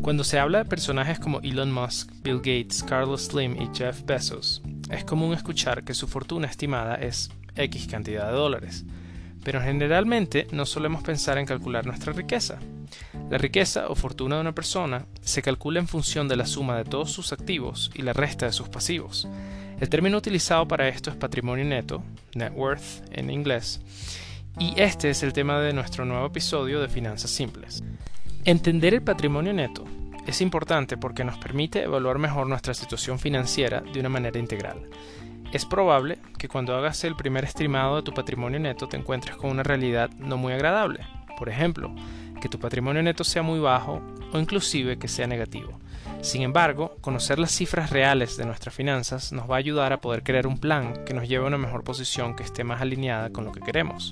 Cuando se habla de personajes como Elon Musk, Bill Gates, Carlos Slim y Jeff Bezos, es común escuchar que su fortuna estimada es X cantidad de dólares, pero generalmente no solemos pensar en calcular nuestra riqueza. La riqueza o fortuna de una persona se calcula en función de la suma de todos sus activos y la resta de sus pasivos. El término utilizado para esto es patrimonio neto, net worth en inglés, y este es el tema de nuestro nuevo episodio de Finanzas Simples. Entender el patrimonio neto es importante porque nos permite evaluar mejor nuestra situación financiera de una manera integral. Es probable que cuando hagas el primer estimado de tu patrimonio neto te encuentres con una realidad no muy agradable. Por ejemplo, que tu patrimonio neto sea muy bajo o inclusive que sea negativo. Sin embargo, conocer las cifras reales de nuestras finanzas nos va a ayudar a poder crear un plan que nos lleve a una mejor posición que esté más alineada con lo que queremos.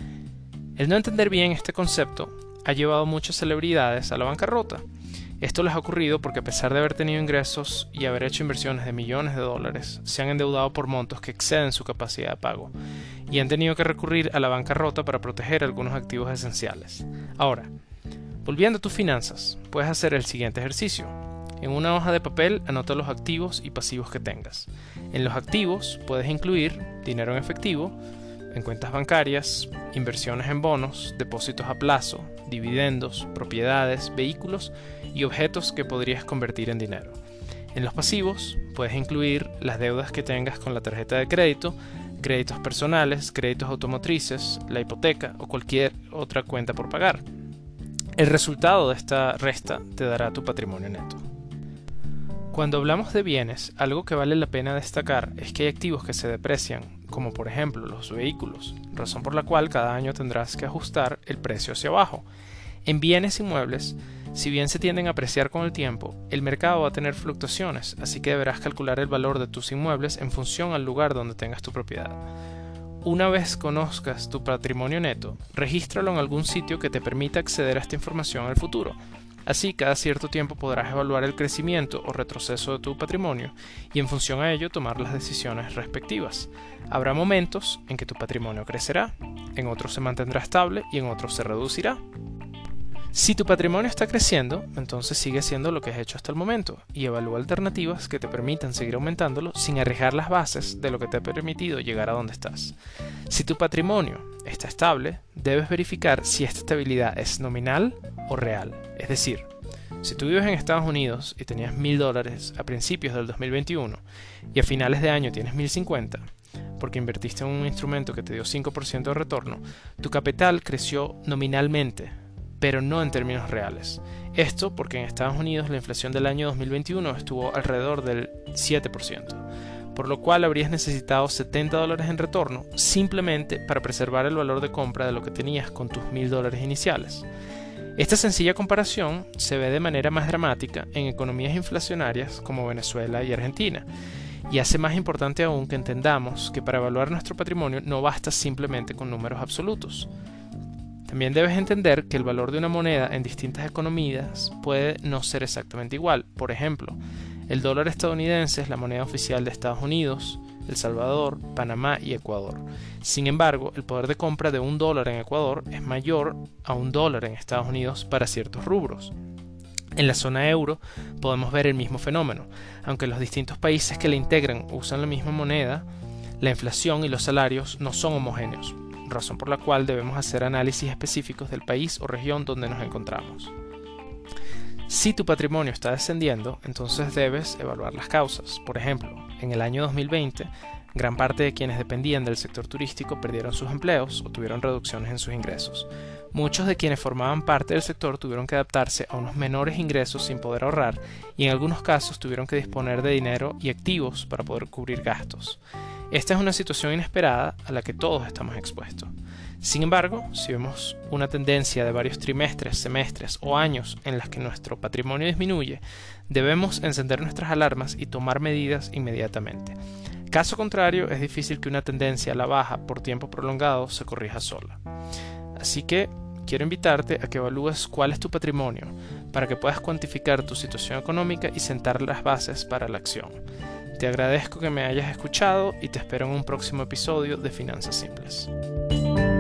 El no entender bien este concepto ha llevado a muchas celebridades a la bancarrota. Esto les ha ocurrido porque a pesar de haber tenido ingresos y haber hecho inversiones de millones de dólares, se han endeudado por montos que exceden su capacidad de pago y han tenido que recurrir a la bancarrota para proteger algunos activos esenciales. Ahora, volviendo a tus finanzas, puedes hacer el siguiente ejercicio. En una hoja de papel anota los activos y pasivos que tengas. En los activos puedes incluir dinero en efectivo, en cuentas bancarias, inversiones en bonos, depósitos a plazo, dividendos, propiedades, vehículos y objetos que podrías convertir en dinero. En los pasivos puedes incluir las deudas que tengas con la tarjeta de crédito, créditos personales, créditos automotrices, la hipoteca o cualquier otra cuenta por pagar. El resultado de esta resta te dará tu patrimonio neto. Cuando hablamos de bienes, algo que vale la pena destacar es que hay activos que se deprecian, como por ejemplo los vehículos, razón por la cual cada año tendrás que ajustar el precio hacia abajo. En bienes inmuebles, si bien se tienden a apreciar con el tiempo, el mercado va a tener fluctuaciones, así que deberás calcular el valor de tus inmuebles en función al lugar donde tengas tu propiedad. Una vez conozcas tu patrimonio neto, regístralo en algún sitio que te permita acceder a esta información en el futuro. Así, cada cierto tiempo podrás evaluar el crecimiento o retroceso de tu patrimonio y en función a ello tomar las decisiones respectivas. Habrá momentos en que tu patrimonio crecerá, en otros se mantendrá estable y en otros se reducirá. Si tu patrimonio está creciendo, entonces sigue haciendo lo que has hecho hasta el momento y evalúa alternativas que te permitan seguir aumentándolo sin arriesgar las bases de lo que te ha permitido llegar a donde estás. Si tu patrimonio está estable, debes verificar si esta estabilidad es nominal o real. Es decir, si tú vives en Estados Unidos y tenías $1,000 a principios del 2021 y a finales de año tienes 1,050, porque invertiste en un instrumento que te dio 5% de retorno, tu capital creció nominalmente, pero no en términos reales. Esto porque en Estados Unidos la inflación del año 2021 estuvo alrededor del 7%, por lo cual habrías necesitado $70 en retorno simplemente para preservar el valor de compra de lo que tenías con tus $1,000 iniciales. Esta sencilla comparación se ve de manera más dramática en economías inflacionarias como Venezuela y Argentina, y hace más importante aún que entendamos que para evaluar nuestro patrimonio no basta simplemente con números absolutos. También debes entender que el valor de una moneda en distintas economías puede no ser exactamente igual. Por ejemplo, el dólar estadounidense es la moneda oficial de Estados Unidos, El Salvador, Panamá y Ecuador. Sin embargo, el poder de compra de $1 en Ecuador es mayor a $1 en Estados Unidos para ciertos rubros. En la zona euro podemos ver el mismo fenómeno. Aunque los distintos países que la integran usan la misma moneda, la inflación y los salarios no son homogéneos, razón por la cual debemos hacer análisis específicos del país o región donde nos encontramos. Si tu patrimonio está descendiendo, entonces debes evaluar las causas. Por ejemplo, en el año 2020, gran parte de quienes dependían del sector turístico perdieron sus empleos o tuvieron reducciones en sus ingresos. Muchos de quienes formaban parte del sector tuvieron que adaptarse a unos menores ingresos sin poder ahorrar y en algunos casos tuvieron que disponer de dinero y activos para poder cubrir gastos. Esta es una situación inesperada a la que todos estamos expuestos. Sin embargo, si vemos una tendencia de varios trimestres, semestres o años en las que nuestro patrimonio disminuye, debemos encender nuestras alarmas y tomar medidas inmediatamente. Caso contrario, es difícil que una tendencia a la baja por tiempo prolongado se corrija sola. Así que quiero invitarte a que evalúes cuál es tu patrimonio para que puedas cuantificar tu situación económica y sentar las bases para la acción. Te agradezco que me hayas escuchado y te espero en un próximo episodio de Finanzas Simples.